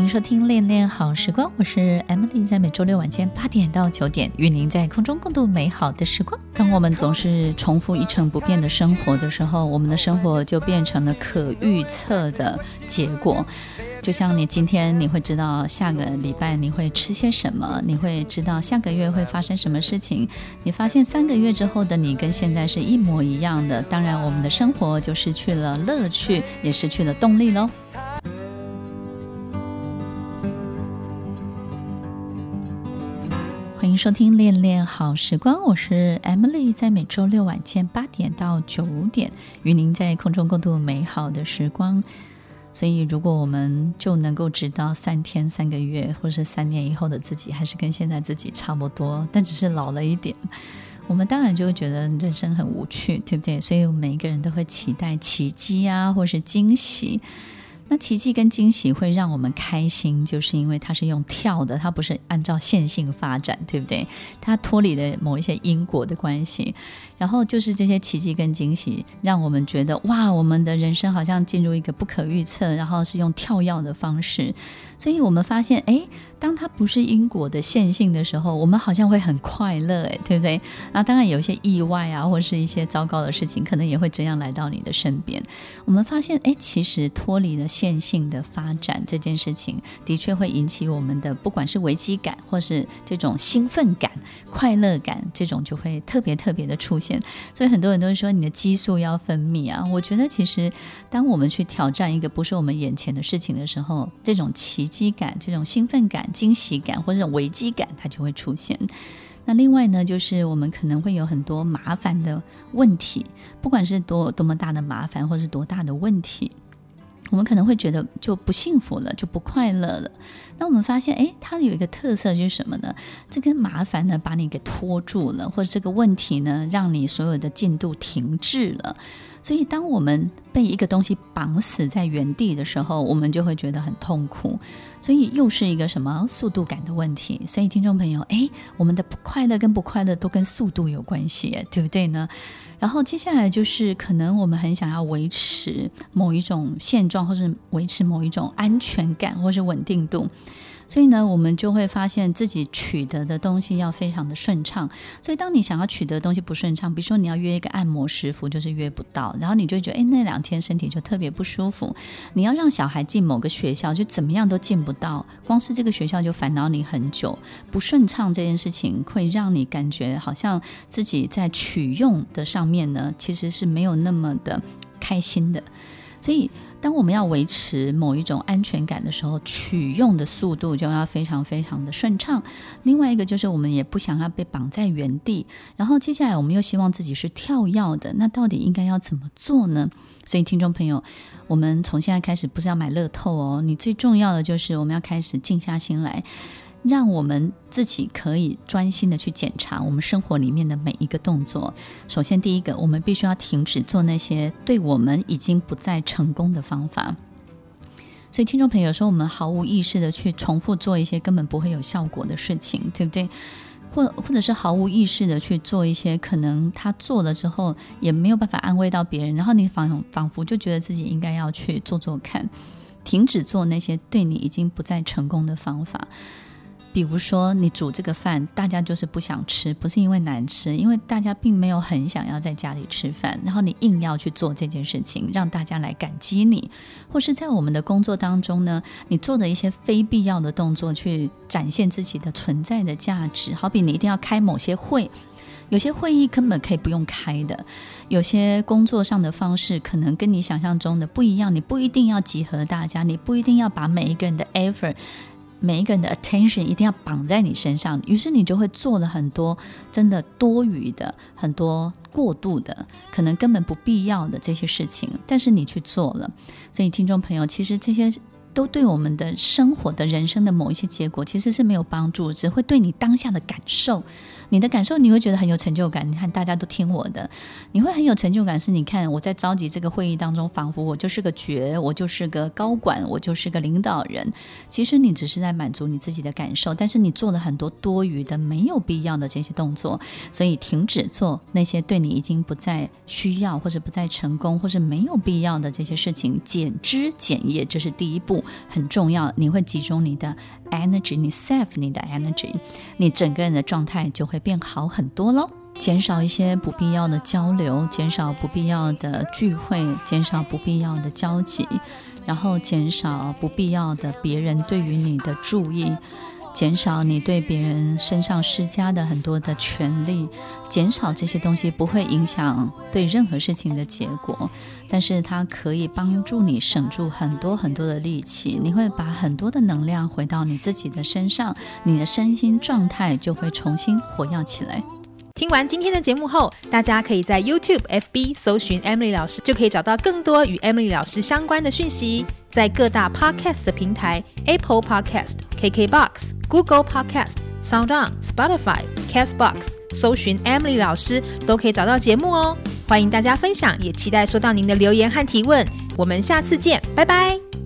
迎收听恋恋好时光，我是 Emily， 在每周六晚间8点到9点与您在空中共度美好的时光。当我们总是重复一成不变的生活的时候，我们的生活就变成了可预测的结果。就像你今天你会知道下个礼拜你会吃些什么，你会知道下个月会发生什么事情，你发现3个月之后的你跟现在是一模一样的，当然我们的生活就失去了乐趣，也失去了动力咯。欢迎收听恋恋好时光，我是 Emily， 在每周六晚间8点到9点与您在空中共度美好的时光。所以如果我们就能够知道3天3个月或是3年以后的自己还是跟现在自己差不多，但只是老了一点，我们当然就会觉得人生很无趣，对不对？所以每一个人都会期待奇迹啊，或是惊喜。那奇迹跟惊喜会让我们开心，就是因为它是用跳的，它不是按照线性发展，对不对？它脱离了某一些因果的关系，然后就是这些奇迹跟惊喜让我们觉得哇，我们的人生好像进入一个不可预测，然后是用跳跃的方式。所以我们发现当它不是因果的线性的时候，我们好像会很快乐，对不对？那当然有一些意外啊，或是一些糟糕的事情可能也会这样来到你的身边。我们发现其实脱离了线性的发展这件事情的确会引起我们的不管是危机感或是这种兴奋感快乐感，这种就会特别特别的出现。所以很多人都会说你的激素要分泌啊，我觉得其实当我们去挑战一个不是我们眼前的事情的时候，这种奇迹感这种兴奋感惊喜感或者危机感它就会出现。那另外呢，就是我们可能会有很多麻烦的问题，不管是多么大的麻烦或是多大的问题，我们可能会觉得就不幸福了，就不快乐了。那我们发现它有一个特色就是什么呢？这个麻烦呢把你给拖住了，或者这个问题呢让你所有的进度停滞了。所以当我们被一个东西绑死在原地的时候，我们就会觉得很痛苦。所以又是一个什么速度感的问题。所以听众朋友我们的不快乐跟不快乐都跟速度有关系，对不对呢？然后接下来就是可能我们很想要维持某一种现状，或是维持某一种安全感或是稳定度，所以呢我们就会发现自己取得的东西要非常的顺畅。所以当你想要取得的东西不顺畅，比如说你要约一个按摩师傅就是约不到，然后你就觉得那2天身体就特别不舒服。你要让小孩进某个学校就怎么样都进不到，光是这个学校就烦恼你很久。不顺畅这件事情会让你感觉好像自己在取用的上面呢其实是没有那么的开心的。所以当我们要维持某一种安全感的时候，取用的速度就要非常非常的顺畅。另外一个就是我们也不想要被绑在原地，然后接下来我们又希望自己是跳跃的，那到底应该要怎么做呢？所以听众朋友，我们从现在开始不是要买乐透你最重要的就是我们要开始静下心来，让我们自己可以专心的去检查我们生活里面的每一个动作。首先第一个，我们必须要停止做那些对我们已经不再成功的方法。所以听众朋友，有时候我们毫无意识的去重复做一些根本不会有效果的事情，对不对？或者是毫无意识的去做一些可能他做了之后也没有办法安慰到别人，然后你仿佛就觉得自己应该要去做做看。停止做那些对你已经不再成功的方法。比如说你煮这个饭大家就是不想吃，不是因为难吃，因为大家并没有很想要在家里吃饭，然后你硬要去做这件事情让大家来感激你。或是在我们的工作当中呢，你做的一些非必要的动作去展现自己的存在的价值。好比你一定要开某些会，有些会议根本可以不用开的，有些工作上的方式可能跟你想象中的不一样，你不一定要集合大家，你不一定要把每一个人的 effort每一个人的 attention 一定要绑在你身上，于是你就会做了很多真的多余的，很多过度的，可能根本不必要的这些事情，但是你去做了。所以听众朋友，其实这些都对我们的生活的人生的某一些结果其实是没有帮助，只会对你当下的感受，你的感受你会觉得很有成就感。你看大家都听我的，你会很有成就感，是你看我在召集这个会议当中，仿佛我就是个角，我就是个高管，我就是个领导人。其实你只是在满足你自己的感受，但是你做了很多多余的没有必要的这些动作。所以停止做那些对你已经不再需要或者不再成功或者没有必要的这些事情，减之减业，这是第一步。 很重要，你会集中你的 energy， 你 save 你的 energy， 你整个人的状态就会变好很多咯。减少一些不必要的交流，减少不必要的聚会，减少不必要的交集，然后减少不必要的别人对于你的注意，减少你对别人身上施加的很多的权利，减少这些东西不会影响对任何事情的结果，但是它可以帮助你省住很多很多的力气，你会把很多的能量回到你自己的身上，你的身心状态就会重新活跃起来。 听完今天的节目后，大家可以在 YouTube、FB 搜寻 Emily 老师，就可以找到更多与 Emily 老师相关的讯息。在各大 Podcast 的平台 Apple Podcast、KKBox、Google Podcast、SoundOn、Spotify、Castbox 搜寻 Emily 老师都可以找到节目哦。欢迎大家分享，也期待收到您的留言和提问。我们下次见，拜拜。